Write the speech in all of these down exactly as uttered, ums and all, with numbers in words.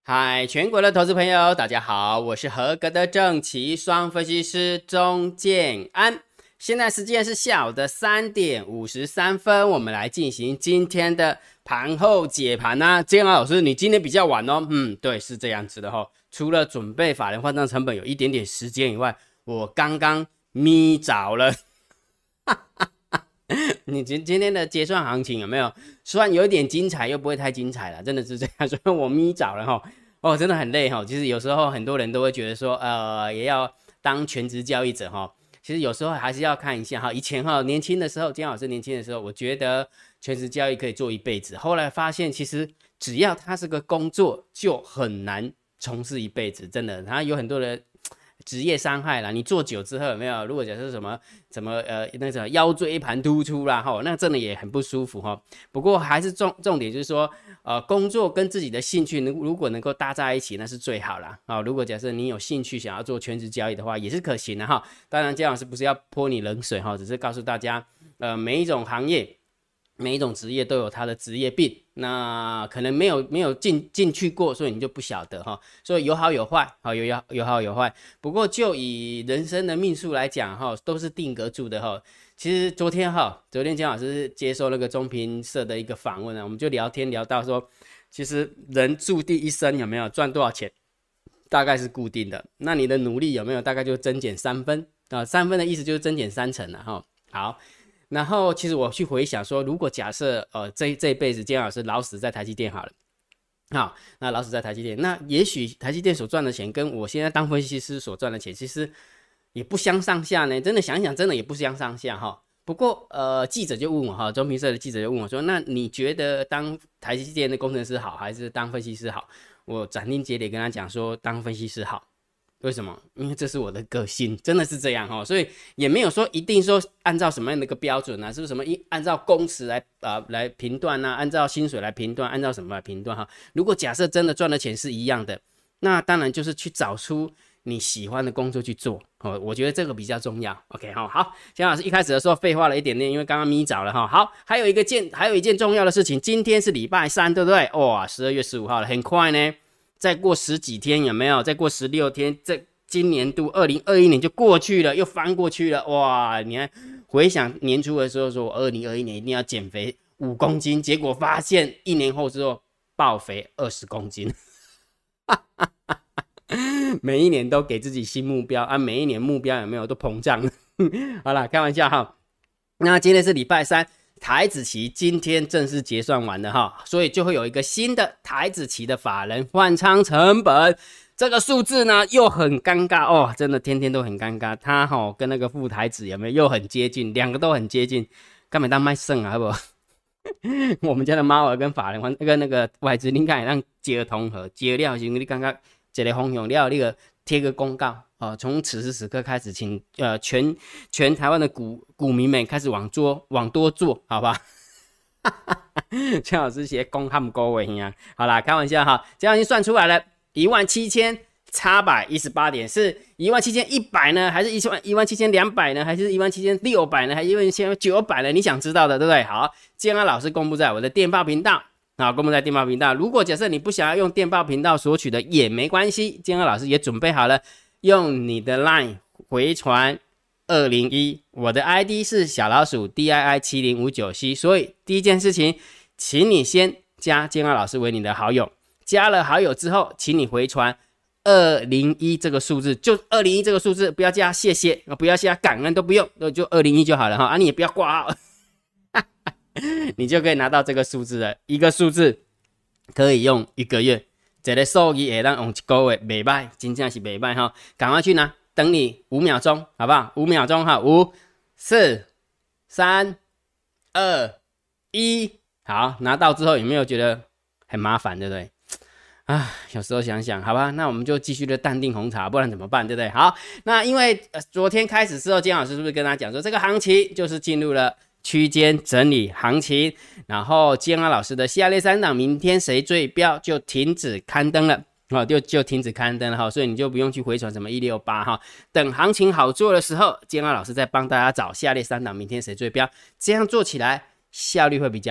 嗨，全国的投资朋友，大家好，我是合格的正奇双分析师钟建安。现在时间是下午的三点五十三分，我们来进行今天的盘后解盘啊。建安老师，你今天比较晚哦。嗯，对，是这样子的哦。除了准备法人换账成本有一点点时间以外，我刚刚眯着了。你今今天的结算行情有没有？虽然有一点精彩，又不会太精彩了，真的是这样。所以我眯着了哈。哦，真的很累哈。其实有时候很多人都会觉得说，呃，也要当全职交易者哈。其实有时候还是要看一下哈。以前哈年轻的时候，姜老师年轻的时候，我觉得全职交易可以做一辈子。后来发现，其实只要它是个工作，就很难从事一辈子。真的，它有很多的职业伤害啦，你做久之后有没有？如果假设什么什么呃那种腰椎盘突出啦，哈，那真的也很不舒服哈。不过还是重重点就是说，呃，工作跟自己的兴趣如果能够搭在一起，那是最好啦。啊。如果假设你有兴趣想要做全职交易的话，也是可行的哈。当然，姜老师不是要泼你冷水哈，只是告诉大家，呃，每一种行业。每一种职业都有它的职业病，那可能没有没有进进去过，所以你就不晓得哈。所以有好有坏，好有有有好有坏。不过就以人生的命数来讲哈，都是定格住的哈。其实昨天哈，昨天姜老师接受那个中评社的一个访问啊，我们就聊天聊到说，其实人注定一生有没有赚多少钱，大概是固定的。那你的努力有没有大概就增减三分啊？三分的意思就是增减三成了哈。好。然后其实我去回想说，如果假设呃这这一辈子姜老师老死在台积电好了，好，那老死在台积电，那也许台积电所赚的钱跟我现在当分析师所赚的钱其实也不相上下呢。真的想一想，真的也不相上下哈。不过呃记者就问我哈，中评社的记者就问我说，那你觉得当台积电的工程师好还是当分析师好？我斩钉截铁跟他讲说，当分析师好。为什么？因为这是我的个性，真的是这样哈，所以也没有说一定说按照什么样的一个标准啊，是不是什么一按照工时来啊、呃、来评断啊，按照薪水来评断，按照什么来评断哈？如果假设真的赚的钱是一样的，那当然就是去找出你喜欢的工作去做哦，我觉得这个比较重要。OK 哈，好，姜老师一开始的时候废话了一点点，因为刚刚眯着了哈。好，还有一个件，还有一件重要的事情，今天是礼拜三，对不对？哇，十二月十五号了，很快呢。再过十几天有没有？再过十六天，这今年度二零二一年就过去了，又翻过去了。哇！你看，回想年初的时候说，我二零二一年一定要减肥五公斤，结果发现一年后之后爆肥二十公斤。每一年都给自己新目标啊，每一年目标有没有都膨胀？好啦，开玩笑哈。那今天是礼拜三。台指期今天正式结算完了哈，所以就会有一个新的台指期的法人换仓成本，这个数字呢又很尴尬哦，真的天天都很尴尬。它哈、哦、跟那个副台指有没有又很接近，两个都很接近，干嘛当卖肾啊？好不好？我们家的猫儿跟法人换那个那个外资，你看让结同和结了行，你刚刚这个风向了，那个贴个公告。哦，从此时此刻开始，请呃全全台湾的股股民们开始往多往多做，好吧？姜老师写公汉勾尾呀，好啦，开玩笑哈，这样已经算出来了，一万七千八百一十八点，是一万七千一百呢，还是一万一万七千两百呢，还是一万七千六百呢，还是一万七千九百呢？你想知道的，对不对？好，建安老师公布在我的电报频道。好，公布在电报频道。如果假设你不想要用电报频道索取的也没关系，建安老师也准备好了。用你的 LINE 回传二零一，我的 I D 是小老鼠 D I I 七零五九 C， 所以第一件事情，请你先加建安老师为你的好友，加了好友之后，请你回传二零一这个数字，就二零一这个数字，不要加谢谢，不要加感恩都不用，就二零一就好了哈，啊你也不要挂号，你就可以拿到这个数字了，一个数字可以用一个月。这个数字会让用一个月，不错，真正是不错哈！赶快去拿，等你五秒钟，好不好？五秒钟哈，五、四、三、二、一，好，拿到之后有没有觉得很麻烦，对不对？啊，有时候想想，好吧，那我们就继续的淡定红茶，不然怎么办，对不对？好，那因为、呃、昨天开始之后，姜老师是不是跟他讲说，这个行情就是进入了区间整理行情，然后建安老师的下列三档明天谁最标就停止刊登了，哦、就就停止刊登了哈，所以你就不用去回传什么一六八哈，等行情好做的时候，建安老师再帮大家找下列三档明天谁最标，这样做起来效率会比较好。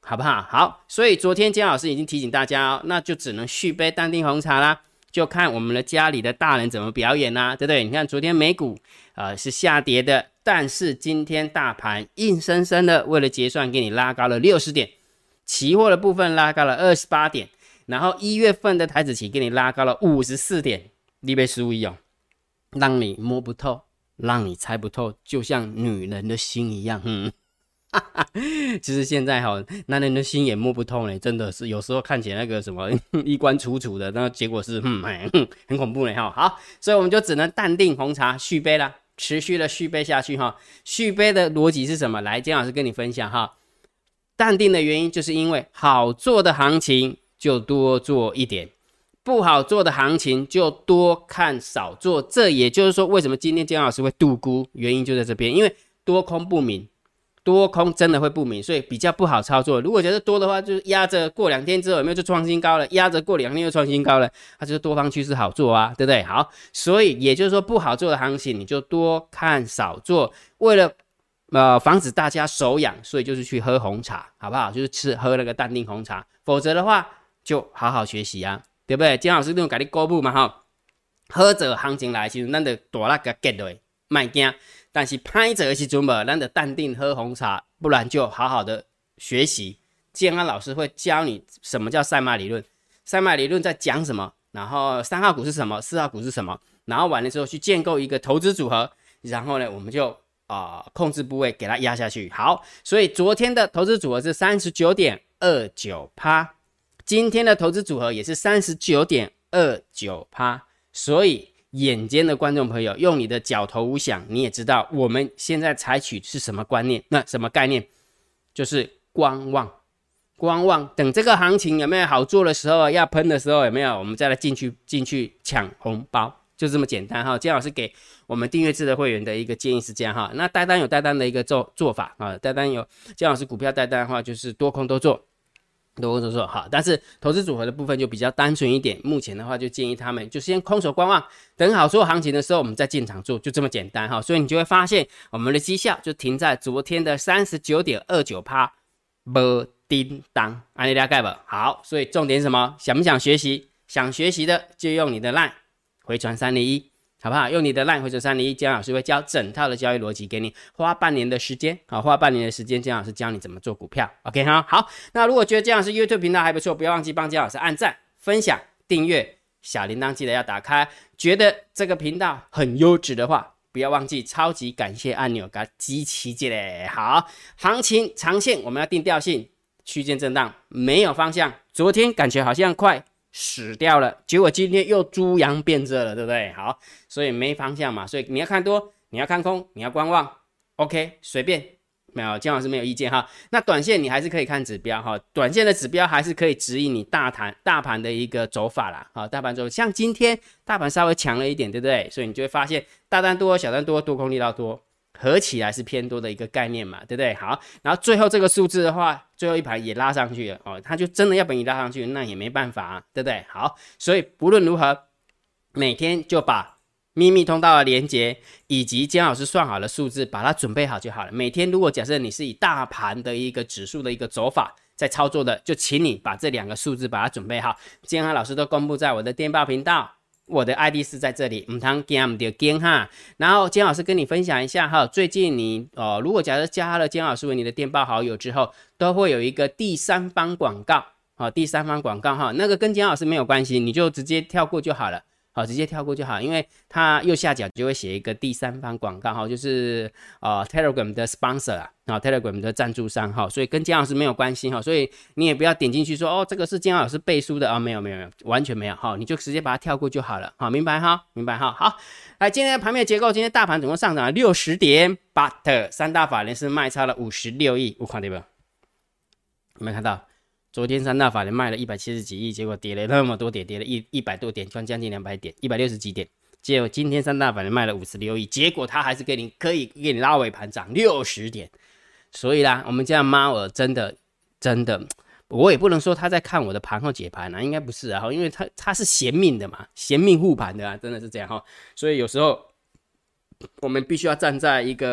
好不好？好，所以昨天姜老师已经提醒大家哦，那就只能续杯淡定红茶啦，就看我们的家里的大人怎么表演啦，对不对？你看昨天美股呃是下跌的，但是今天大盘硬生生的为了结算给你拉高了六十点，期货的部分拉高了二十八点，然后一月份的台指期给你拉高了五十四点，你被输一哦，让你摸不透，让你猜不透，就像女人的心一样，嗯。其实现在哈，男人的心也摸不透呢，真的是有时候看起来那个什么衣冠楚楚的，那结果是嗯，很恐怖呢哈。好，所以我们就只能淡定红茶续杯啦，持续的续杯下去哈。续杯的逻辑是什么？来，姜老师跟你分享哈。淡定的原因就是因为好做的行情就多做一点，不好做的行情就多看少做。这也就是说，为什么今天姜老师会度估，原因就在这边，因为多空不明。多空真的会不明，所以比较不好操作。如果觉得多的话，就是压着过两天之后有没有就创新高了，压着过两天又创新高了，它就是多方趋势好做啊，对不对？好，所以也就是说不好做的行情你就多看少做，为了呃防止大家手痒，所以就是去喝红茶，好不好？就是吃喝那个淡定红茶，否则的话就好好学习啊，对不对？姜老师那种给你公布嘛哈，喝着行情来，其实咱就大力给 get 落，卖惊。但是拍着的时阵嘛，咱就淡定喝红茶，不然就好好的学习。建安老师会教你什么叫赛马理论，赛马理论在讲什么，然后三号股是什么，四号股是什么，然后完了之后去建构一个投资组合，然后呢，我们就啊、呃、控制部位给它压下去。好，所以昨天的投资组合是 三十九点二九趴， 今天的投资组合也是 三十九点二九趴， 所以眼尖的观众朋友，用你的脚头无想，你也知道我们现在采取是什么观念，那什么概念？就是观望，观望，等这个行情有没有好做的时候，要喷的时候有没有，我们再来进去进去抢红包，就这么简单哈。姜老师给我们订阅制的会员的一个建议是这样哈，那带单有带单的一个做做法啊，带单有姜老师股票带单的话，就是多空都做。多空都做好，但是投资组合的部分就比较单纯一点。目前的话，就建议他们就先空手观望，等好做行情的时候，我们再进场做，就这么简单哈。所以你就会发现，我们的绩效就停在昨天的 三十九点二九趴， 没叮当，安利了解吧？好，所以重点是什么？想不想学习？想学习的就用你的 LINE 回传三零一。好不好？用你的 LINE 回传三零一，姜老师会教整套的交易逻辑给你，花半年的时间，好，花半年的时间，姜老师教你怎么做股票。OK 哈，好，那如果觉得姜老师 YouTube 频道还不错，不要忘记帮姜老师按赞、分享、订阅，小铃铛记得要打开。觉得这个频道很优质的话，不要忘记超级感谢按钮，给它集齐起来。好，行情长线我们要定调性，区间震荡，没有方向。昨天感觉好像快死掉了，结果今天又猪羊变色了，对不对？好，所以没方向嘛，所以你要看多，你要看空，你要观望 ，OK， 随便，没有，姜老师没有意见哈。那短线你还是可以看指标哈，短线的指标还是可以指引你大盘大盘的一个走法啦。好，大盘走，像今天大盘稍微强了一点，对不对？所以你就会发现大单多，小单多，多空力道多。合起来是偏多的一个概念嘛，对不对？好，然后最后这个数字的话，最后一盘也拉上去了哦，它就真的要把你拉上去，那也没办法啊，对不对？好，所以不论如何，每天就把秘密通道的连结以及姜老师算好的数字，把它准备好就好了。每天如果假设你是以大盘的一个指数的一个走法在操作的，就请你把这两个数字把它准备好。姜老师都公布在我的电报频道。我的 I D 是在这里，唔通惊唔到惊哈。然后姜老师跟你分享一下哈，最近你哦，如果假设加了姜老师为你的电报好友之后，都会有一个第三方广告，好、哦，第三方广告哈，那个跟姜老师没有关系，你就直接跳过就好了。好，直接跳过就好，因为它右下角就会写一个第三方广告哈，就是呃 Telegram 的 sponsor 啊，啊 Telegram 的赞助商哈，所以跟姜老师没有关系哈，所以你也不要点进去说哦，这个是姜老师背书的啊、哦，没有没有没有，完全没有哈，你就直接把它跳过就好了，好，明白哈，明白哈，好，来今天的盘面结构，今天大盘总共上涨了六十点 ，but 三大法人是卖超了五十六亿，我看对不？有没有看到？昨天三大法人卖了一百七十几亿，结果跌了那么多点，跌了一百多点，将近两百点，一百六十几点。结果今天三大法人卖了五十六亿，结果他还是给你可以给你拉尾盘涨六十点。所以啦，我们家猫儿真的真的，我也不能说他在看我的盘后解盘啊，应该不是啊，因为他他是嫌命的嘛，嫌命护盘的啊，真的是这样哈。所以有时候我们必须要站在一个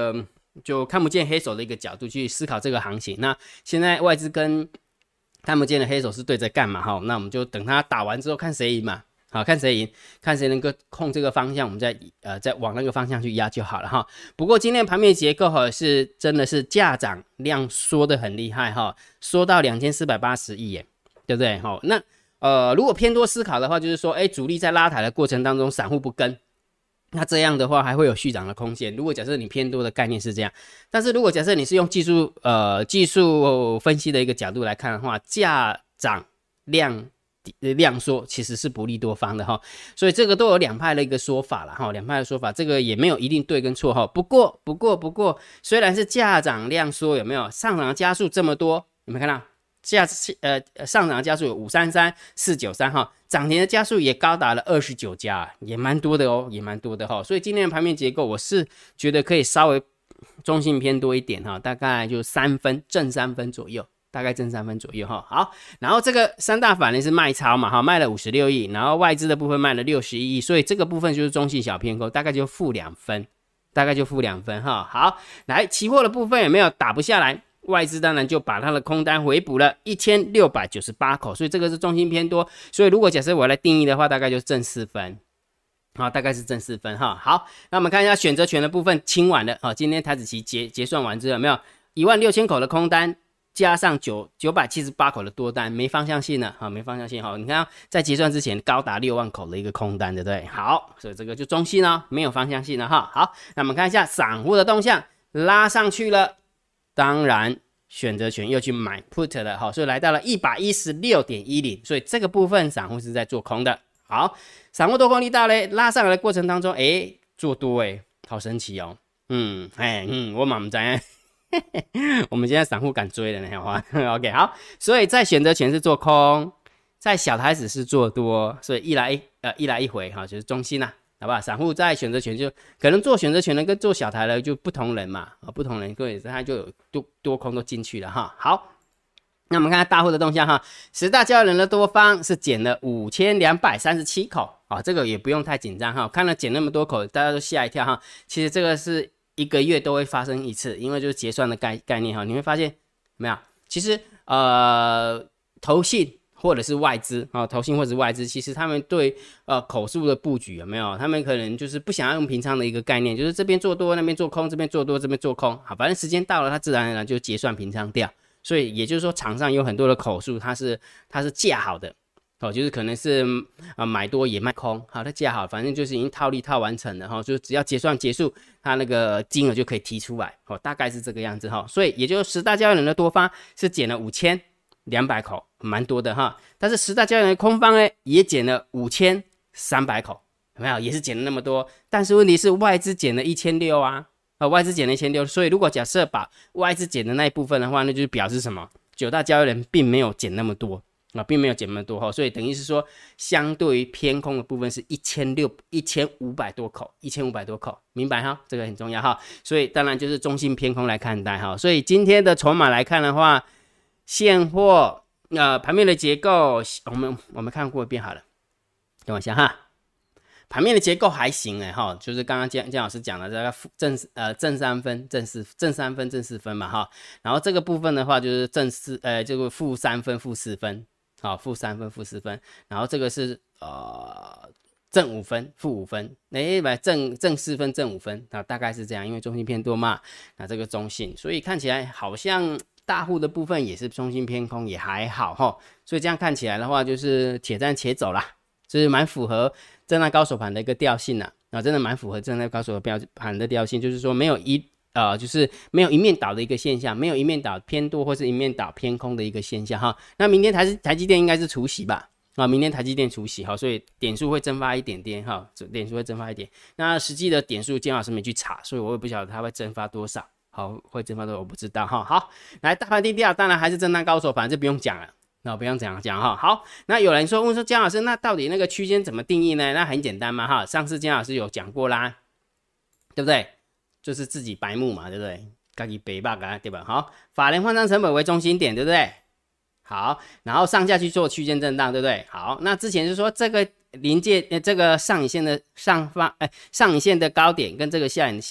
就看不见黑手的一个角度去思考这个行情。那现在外资跟看不见的黑手是对着干嘛哈？那我们就等它打完之后看谁赢嘛。好，看谁赢，看谁能够控这个方向，我们再呃再往那个方向去压就好了哈。不过今天盘面结构哈是真的是价涨量缩的很厉害哈，缩到两千四百八十亿耶，对不对？好，那呃如果偏多思考的话，就是说，哎，主力在拉抬的过程当中，散户不跟，那这样的话还会有续涨的空间。如果假设你偏多的概念是这样，但是如果假设你是用技术呃技术分析的一个角度来看的话，价涨量量缩其实是不利多方的哈，所以这个都有两派的一个说法了哈，两派的说法，这个也没有一定对跟错哈。不过不过不过，虽然是价涨量缩，有没有上涨加速这么多？有没有看到价呃上涨加速有五三三四九三哈，涨停的加速也高达了二十九家，也蛮多的哦，也蛮多的哈。所以今天的盘面结构，我是觉得可以稍微中性偏多一点哈，大概就三分正三分左右。大概正三分左右哈，好，然后这个三大法人是卖超嘛哈，卖了五十六亿，然后外资的部分卖了六十一亿，所以这个部分就是中性小偏空，大概就负两分，大概就负两分哈。好，来期货的部分有没有打不下来？外资当然就把它的空单回补了一千六百九十八口，所以这个是中性偏多，所以如果假设我来定义的话，大概就是正四分。好，大概是正四分哈。好，那我们看一下选择权的部分清完了，好，今天台指期结结算完之后有没有一万六千口的空单？加上九九百七十八口的多单，没方向性了哈，没方向性哈。你看在结算之前高达六万口的一个空单，对不对？好，所以这个就中性哦，没有方向性了哈。好，那我们看一下散户的动向，拉上去了，当然选择权又去买 put 了哈，所以来到了 一百一十六点一零，所以这个部分散户是在做空的。好，散户多空力道嘞，拉上来的过程当中，哎，做多哎，好神奇哦。嗯，哎嗯，我满不在。我们现在散户敢追了呢，OK 好，所以在选择权是做空，在小台子是做多，所以一来一呃一来一回哈，就是中心啦、啊，好不好？散户在选择权就可能做选择权的跟做小台的就不同人嘛，啊不同人，各位他就有多多空都进去了哈。好，那我们看看大户的动向哈，十大交易人的多方是减了五千两百三十七口啊，这个也不用太紧张哈，看了减那么多口，大家都吓一跳哈，其实这个是。一个月都会发生一次，因为就是结算的概概念哈，你会发现有没有？其实呃，投信或者是外资啊，投信或者是外资，其实他们对呃口数的布局有没有？他们可能就是不想要用平仓的一个概念，就是这边做多，那边做空，这边做多，这边做空，好，反正时间到了，它自然而然就结算平仓掉。所以也就是说，场上有很多的口数，它是它是架好的。哦，就是可能是啊、呃、买多也卖空，好，它架好，反正就是已经套利套完成了哈，就只要结算结束，它那个金额就可以提出来，哦，大概是这个样子哈，所以也就是十大交易人的多方是减了五千两百口，蛮多的哈，但是十大交易人的空方呢也减了五千三百口，有没有？也是减了那么多，但是问题是外资减了一千六啊，啊、呃，外资减了一千六，所以如果假设把外资减的那一部分的话，那就是表示什么？九大交易人并没有减那么多。啊，并没有减那么多哈，所以等于是说，相对于偏空的部分是一千六一千五百多口，一千五百多口，明白哈？这个很重要哈。所以当然就是中性偏空来看待哈。所以今天的筹码来看的话，现货呃盘面的结构，我们我们看过一遍好了，等我一下哈。盘面的结构还行哎哈，就是刚刚姜姜老师讲的这个正呃正三分正四正三分正四分嘛哈，然后这个部分的话就是正四呃这个负三分负四分。好，负三分，负四分，然后这个是呃正五分，负五分，哎，不正正四分，正五分，那大概是这样，因为中性偏多嘛，那这个中性，所以看起来好像大户的部分也是中性偏空，也还好哈，所以这样看起来的话，就是且战且走啦，就是蛮符合震荡高手盘的一个调性啦，啊，真的蛮符合震荡高手盘的调性，就是说没有一。呃，就是没有一面倒的一个现象，没有一面倒偏多或是一面倒偏空的一个现象哈。那明天台台积电应该是除息吧？啊，明天台积电除息哈，所以点数会蒸发一点点哈，点数会蒸发一点。那实际的点数姜老师没去查，所以我也不晓得它会蒸发多少。好，会蒸发多少我不知道哈。好，来大盘低调，当然还是震荡高手盘，这不用讲了。那我不用这样讲哈。好，那有人说问说姜老师，那到底那个区间怎么定义呢？那很简单嘛哈，上次姜老师有讲过啦，对不对？就是自己白目嘛，对不对？自己白目啊，对吧？好，法人换仓成本为中心点，对不对？好，然后上下去做区间震荡，对不对？好，那之前是说这个临界呃这个上影线的上方，哎、呃，上影线的高点跟这个下影线的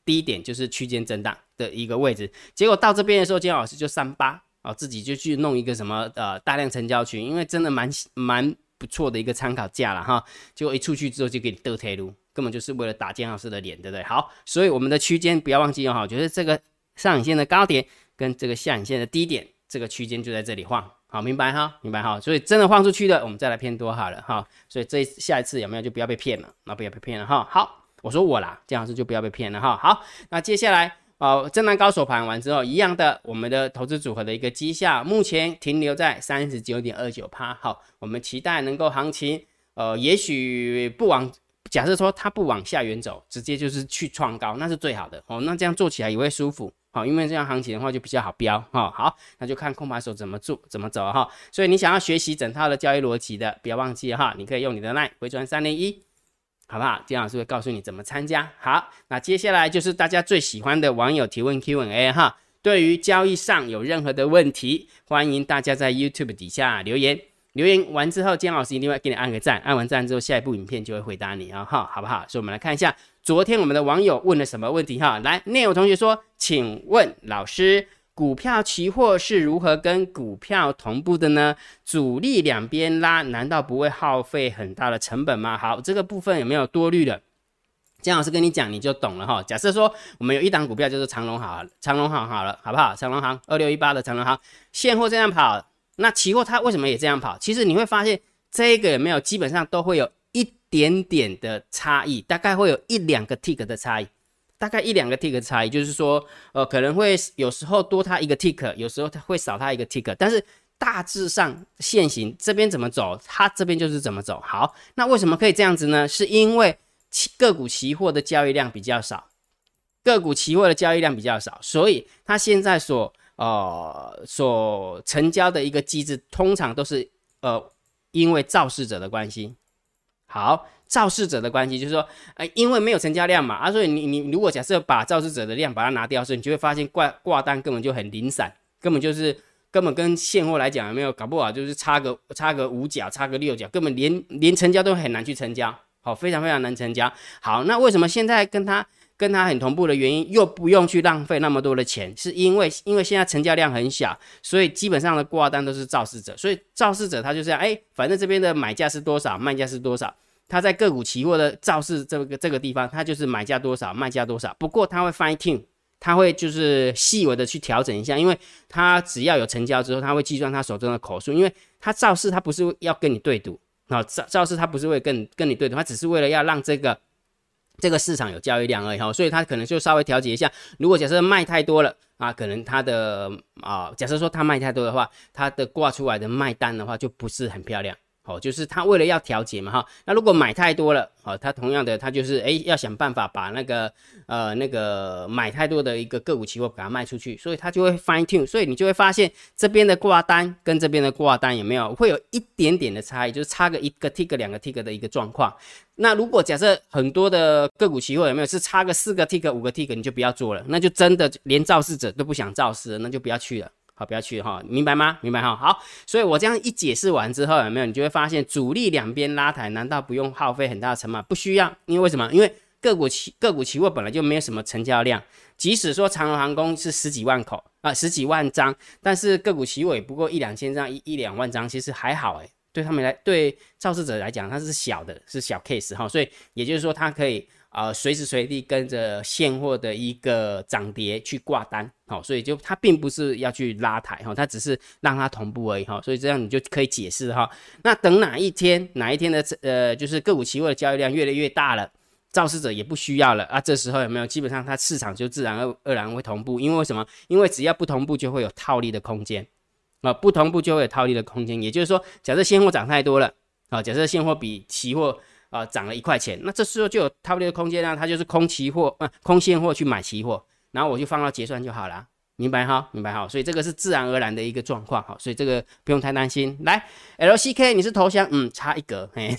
低点就是区间震荡的一个位置。结果到这边的时候，金老师就三八哦，自己就去弄一个什么呃大量成交群，因为真的蛮蛮不错的一个参考价了哈。结果一出去之后就给你倒退路，根本就是为了打建老师的脸，对不对？好，所以我们的区间不要忘记哦，就是这个上影线的高点跟这个下影线的低点，这个区间就在这里晃。好，明白哈，明白哈，所以真的晃出去的，我们再来偏多好了哈。所以这下一次有没有就不要被骗了，那不要被骗了哈。好，我说我啦，这样子就不要被骗了哈。好，那接下来呃，震荡高手盘完之后，一样的，我们的投资组合的一个绩效目前停留在 百分之三十九点二九。好，我们期待能够行情呃，也许不往。假设说它不往下远走，直接就是去创高，那是最好的哦。那这样做起来也会舒服，好，因为这样行情的话就比较好标哈。好，那就看空盘手怎么做怎么走哈。所以你想要学习整套的交易逻辑的，不要忘记哈，你可以用你的 LINE 回传三零一，好不好？金老师会告诉你怎么参加。好，那接下来就是大家最喜欢的网友提问 Q and A 哈。对于交易上有任何的问题，欢迎大家在 YouTube 底下留言。留言完之后，姜老师一定会给你按个赞，按完赞之后，下一部影片就会回答你啊，哈，好不好？所以我们来看一下昨天我们的网友问了什么问题哈。来，内有同学说，请问老师，股票期货是如何跟股票同步的呢？主力两边拉，难道不会耗费很大的成本吗？好，这个部分有没有多虑的？姜老师跟你讲，你就懂了哈。假设说我们有一档股票就是长荣好了，长荣行好了，好不好？长荣行二六一八的长荣行，现货这样跑。那期货它为什么也这样跑？其实你会发现这个有没有基本上都会有一点点的差异，大概会有一两个 tick 的差异，大概一两个 tick 的差异，就是说呃可能会有时候多它一个 tick， 有时候它会少它一个 tick， 但是大致上现行这边怎么走，它这边就是怎么走。好，那为什么可以这样子呢？是因为个股期货的交易量比较少，个股期货的交易量比较少，所以它现在所呃，所成交的一个机制，通常都是呃，因为肇事者的关系。好，肇事者的关系就是说，呃，因为没有成交量嘛，啊，所以你你如果假设把肇事者的量把它拿掉，所以你就会发现挂挂单根本就很零散，根本就是根本跟现货来讲有没有搞不好就是差个差个五角，差个六角，根本连连成交都很难去成交，好，非常非常难成交。好，那为什么现在跟它？跟它很同步的原因，又不用去浪费那么多的钱，是因为因为现在成交量很小，所以基本上的挂单都是肇事者，所以肇事者他就这样，哎，反正这边的买价是多少，卖价是多少，他在个股期货的肇事这个这个地方，他就是买价多少，卖价多少，不过他会 fine tune， 他会就是细微的去调整一下，因为他只要有成交之后，他会计算他手中的口数，因为他肇事他不是要跟你对赌，啊，肇肇事他不是为了跟跟你对赌，他只是为了要让这个。这个市场有交易量而已哈，所以它可能就稍微调节一下。如果假设卖太多了啊，可能它的啊，假设说它卖太多的话，它的挂出来的卖单的话就不是很漂亮。哦，就是它为了要调节嘛哈。那如果买太多了，哦，它同样的它就是哎要想办法把那个呃那个买太多的一个个股期货把它卖出去，所以它就会 fine tune， 所以你就会发现这边的挂单跟这边的挂单有没有会有一点点的差异，就是差个一个 tick 两个 tick 的一个状况。那如果假设很多的个股期货有没有是差个四个 tick 五个 tick， 你就不要做了，那就真的连肇事者都不想肇事了，那就不要去了。好，不要去哈，明白吗？明白哈。好，所以我这样一解释完之后，有没有你就会发现主力两边拉抬，难道不用耗费很大的成本？不需要，因为为什么？因为个股期个股期货本来就没有什么成交量，即使说长荣航空是十几万口啊、呃，十几万张，但是个股期货也不过一两千张，一一两万张，其实还好哎，对他们来，对肇事者来讲，它是小的，是小 case 哈，所以也就是说，它可以。呃，随时随地跟着现货的一个涨跌去挂单，好、哦，所以就它并不是要去拉抬哈、哦，它只是让它同步而已哈、哦，所以这样你就可以解释哈、哦。那等哪一天哪一天的呃，就是个股期货的交易量越来越大了，肇事者也不需要了啊，这时候有没有基本上它市场就自然而而然会同步，因为为什么？因为只要不同步就会有套利的空间啊、呃，不同步就会有套利的空间，也就是说，假设现货涨太多了啊、呃，假设现货比期货啊、呃，涨了一块钱，那这时候就有套利的空间啊，它就是空期货，呃，空现货去买期货，然后我就放到结算就好了，明白哈？明白哈？所以这个是自然而然的一个状况哈，所以这个不用太担心。来 ，L C K 你是投降，嗯，差一格，嘿，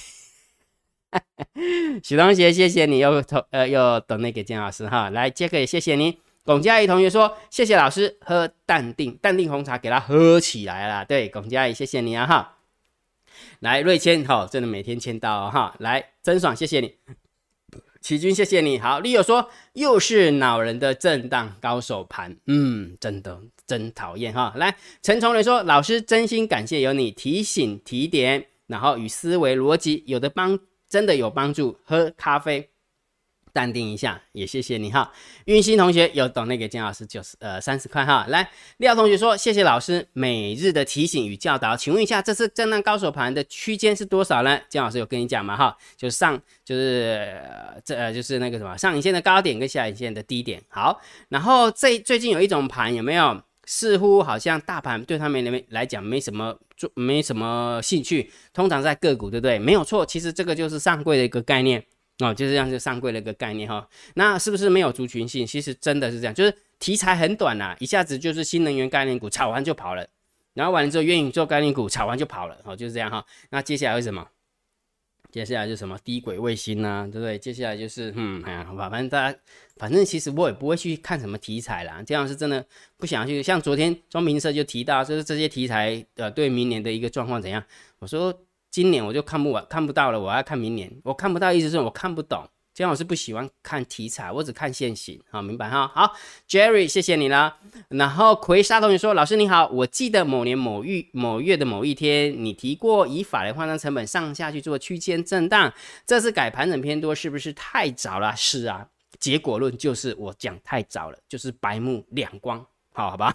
许同学谢谢你又投呃又等那个姜老师哈，来 Jack 也谢谢你，龚嘉怡同学说谢谢老师，喝淡定淡定红茶给他喝起来啦，对，龚嘉怡谢谢你啊哈。来，瑞谦，好、哦，真的每天签到、哦、哈。来，真爽，谢谢你。 启军谢谢你。好，利友说又是恼人的震荡高手盘，嗯，真的真讨厌哈。来，陈崇仁说老师真心感谢有你提醒提点，然后与思维逻辑有的帮真的有帮助，喝咖啡淡定一下，也谢谢你哈。运心同学有懂那个姜老师九十呃三十块哈。来，廖同学说谢谢老师每日的提醒与教导，请问一下这次震荡高手盘的区间是多少呢？姜老师有跟你讲嘛哈，就是上就是呃这呃就是那个什么上影线的高点跟下影线的低点。好，然后这最近有一种盘有没有？似乎好像大盘对他们来讲没什么没什么兴趣，通常在个股对不对？没有错，其实这个就是上柜的一个概念。哦，就是这样，就上柜的一个概念哈。那是不是没有族群性？其实真的是这样，就是题材很短啦、啊，一下子就是新能源概念股炒完就跑了，然后完了之后元宇宙概念股炒完就跑了，哦，就是这样哈。那接下来是什么？接下来就是什么低轨卫星啊，对不对？接下来就是嗯，哎呀，好吧，反正大家，反正其实我也不会去看什么题材啦，这样是真的不想去。像昨天中评社就提到，就是这些题材呃，对明年的一个状况怎样？我说。今年我就看不完看不到了，我要看明年。我看不到意思是我看不懂，这样我是不喜欢看题材，我只看现行，好，明白哈？好 ，Jerry 谢谢你啦。然后奎沙同学说，老师你好，我记得某年某月某月的某一天，你提过以法人换算成本上下去做区间震荡，这次改盘整偏多是不是太早了？是啊，结果论就是我讲太早了，就是白目两光，好好吧？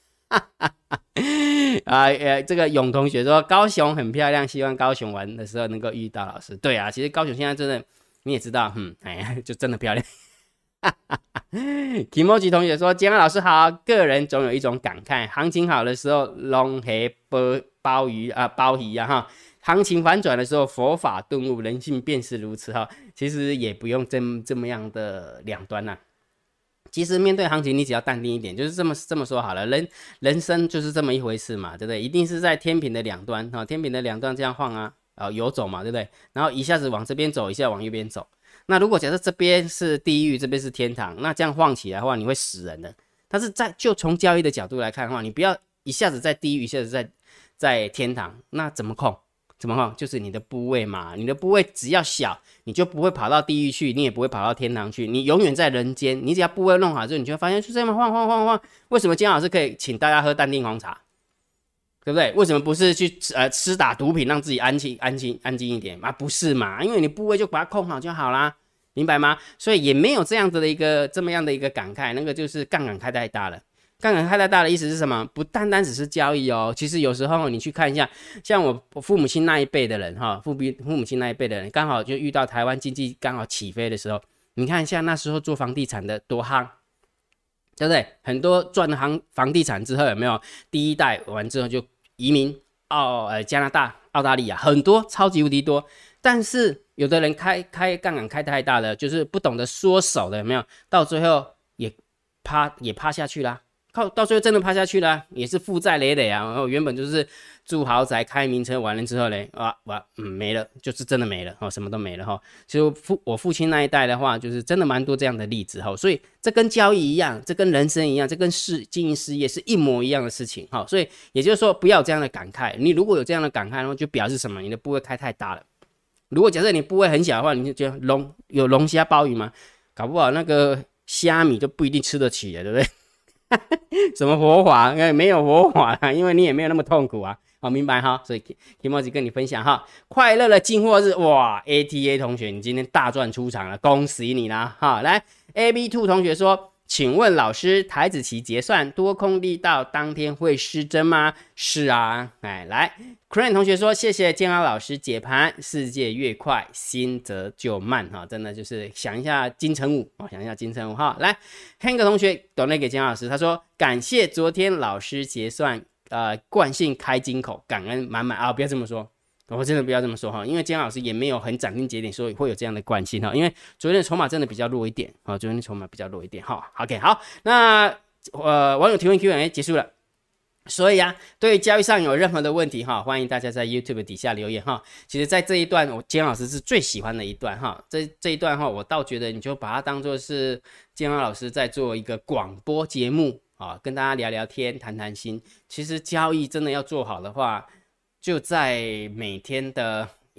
啊，呃，这个勇同学说高雄很漂亮，希望高雄玩的时候能够遇到老师。对啊，其实高雄现在真的你也知道，嗯，哎，就真的漂亮。Kimoji 同学说，建安老师好，个人总有一种感慨，行情好的时候龙黑鲍鲍鱼啊鲍鱼啊哈，行情反转的时候佛法顿悟，人性便是如此哈。其实也不用这么这么样的两端呐、啊。其实面对行情，你只要淡定一点，就是这么这么说好了。人人生就是这么一回事嘛，对不对？一定是在天平的两端啊、哦，天平的两端这样晃啊，啊游走嘛，对不对？然后一下子往这边走，一下往右边走。那如果假设这边是地狱，这边是天堂，那这样晃起来的话，你会死人的。但是在就从交易的角度来看的话，你不要一下子在地狱，一下子在在天堂，那怎么控？怎么控？就是你的部位嘛，你的部位只要小，你就不会跑到地狱去，你也不会跑到天堂去，你永远在人间。你只要部位弄好之后，你就会发现就这么晃晃晃晃。为什么姜老师可以请大家喝淡定红茶，对不对？为什么不是去呃吃打毒品让自己安静安静安静一点啊？不是嘛？因为你部位就把它控好就好啦，明白吗？所以也没有这样子的一个这么样的一个感慨，那个就是杠杆开太大了。杠杆开太大的意思是什么？不单单只是交易哦，其实有时候你去看一下，像我父母亲那一辈的人哈，父父母亲那一辈的人，刚好就遇到台湾经济刚好起飞的时候，你看一下那时候做房地产的多夯，对不对？很多赚了行房地产之后有没有？第一代完之后就移民澳呃加拿大、澳大利亚，很多超级无敌多。但是有的人开开杠杆开太大了，就是不懂得缩手的，有没有？到最后也趴也趴下去啦。靠，到最后真的趴下去了、啊，也是负债累累啊。然后原本就是住豪宅、开名车，完了之后嘞，啊，哇，嗯，没了，就是真的没了，哦，什么都没了哈。其实父我父亲那一代的话，就是真的蛮多这样的例子哈。所以这跟交易一样，这跟人生一样，这跟事经营事业是一模一样的事情哈。所以也就是说，不要有这样的感慨。你如果有这样的感慨，然后就表示什么？你的部位开太大了。如果假设你部位很小的话，你就觉得龙有龙虾鲍鱼吗？搞不好那个虾米就不一定吃得起了，对不对？什么活法？没有活法啦，因为你也没有那么痛苦啊。好，明白哈。所以 Kimoji 跟你分享哈，快乐的进货日哇 ！A T A 同学，你今天大赚出场了，恭喜你啦！哈，来 A B two 同学说，请问老师，台指期结算多空力道当天会失真吗？是啊，哎，来 Crane 同学说，谢谢建豪老师解盘，世界越快，心则就慢哈，真的就是想一下金城武哦，想一下金城武哈。来 Hank 同学抖内给建豪老师，他说感谢昨天老师结算，呃，惯性开金口，感恩满满啊，不要这么说。我真的不要这么说哈，因为姜老师也没有很斩钉截铁说会有这样的惯性哈，因为昨天的筹码真的比较弱一点啊，昨天的筹码比较弱一点哈。OK， 好，那呃网友提问 Q and A 结束了，所以啊，对于交易上有任何的问题哈，欢迎大家在 YouTube 底下留言哈。其实，在这一段，我姜老师是最喜欢的一段哈，这这一段哈，我倒觉得你就把它当做是姜老师在做一个广播节目啊，跟大家聊聊天、谈谈心。其实交易真的要做好的话，就在每天的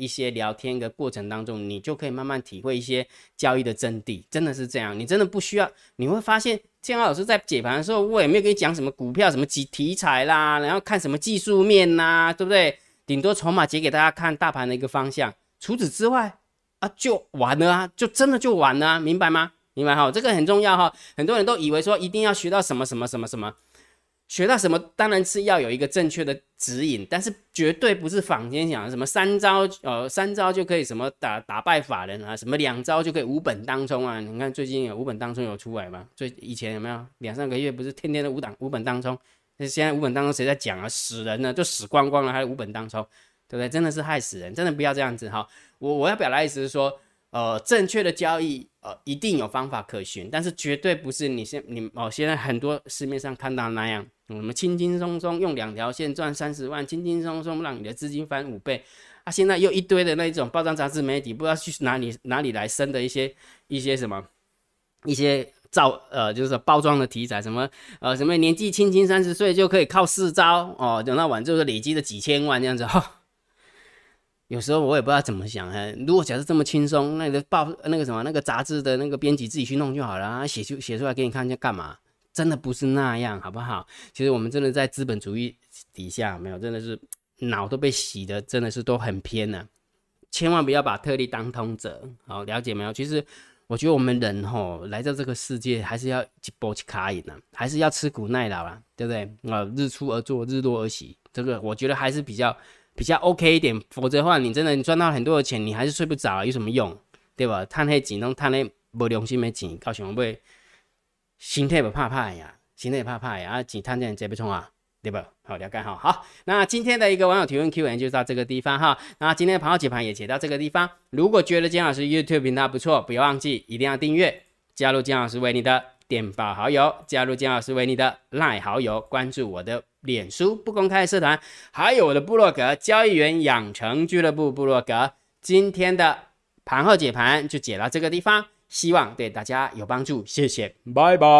一些聊天的过程当中，你就可以慢慢体会一些交易的真谛，真的是这样。你真的不需要，你会发现建安老师在解盘的时候，我也没有跟你讲什么股票什么题材啦，然后看什么技术面啦，对不对？顶多筹码解给大家看大盘的一个方向，除此之外啊就完了啊，就真的就完了啊，明白吗？明白哈，这个很重要哈。很多人都以为说一定要学到什么什么什么什么。学到什么当然是要有一个正确的指引，但是绝对不是坊间讲的什么三招呃三招就可以什么打打败法人啊，什么两招就可以无本当冲啊。你看最近有无本当冲有出来吗？最以前有没有两三个月不是天天的无档无本当冲？现在无本当冲谁在讲啊？死人了，就死光光了，还无本当冲，对不对？真的是害死人，真的不要这样子哈。我我要表达的意思是说，呃，正确的交易呃一定有方法可循，但是绝对不是你现你哦现在很多市面上看到那样。我们轻轻松松用两条线赚三十万，轻轻松松让你的资金翻五倍啊！现在又一堆的那种报章杂志媒体，不知道去哪里哪里来生的一些一些什么一些造呃，就是包装的题材，什么呃什么年纪轻轻三十岁就可以靠四招哦，等到晚就是累积了几千万这样子哈、哦。有时候我也不知道怎么想啊。如果假设这么轻松，那个报那个什么那个杂志的那个编辑自己去弄就好了啊，写出写出来给你看，要干嘛？真的不是那样，好不好？其实我们真的在资本主义底下，没有，真的是脑都被洗的，真的是都很偏了。千万不要把特例当通则，好，了解没有？其实我觉得我们人吼来到这个世界，还是要一波一卡赢啊，还是要吃苦耐劳啦，对不对？啊，日出而作，日落而息，这个我觉得还是比较比较 OK 一点。否则的话，你真的你赚到很多的钱，你还是睡不着，有什么用？对吧？赚那钱拢赚那无良心的钱，到时候会。心态不怕怕呀，心态怕怕呀，啊，钱赚这这不冲啊，对吧？好，了解哈。好，那今天的一个网友提问 Q and A 就到这个地方哈。那今天的盘后解盘也解到这个地方。如果觉得姜老师 YouTube 频道不错，不要忘记一定要订阅，加入姜老师为你的电报好友，加入姜老师为你的 LINE 好友，关注我的脸书不公开社团，还有我的部落格交易员养成俱乐部部落格。今天的盘后解盘就解到这个地方。希望对大家有帮助，谢谢，拜拜。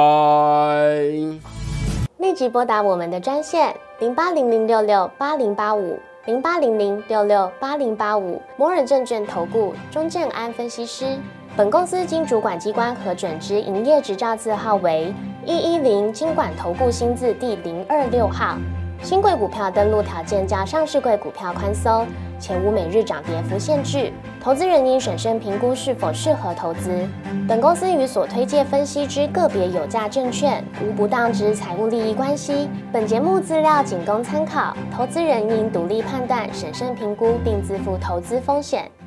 立即拨打我们的专线零八零零六六八零八五零八零零六六八零八五摩尔证券投顾钟正安分析师。本公司经主管机关核准之营业执照字号为一一零金管投顾新字第零二六号。新贵股票登录条件较上市柜股票宽松，且无每日涨跌幅限制。投资人应审慎评估是否适合投资。本公司与所推介分析之个别有价证券无不当之财务利益关系。本节目资料仅供参考，投资人应独立判断、审慎评估，并自负投资风险。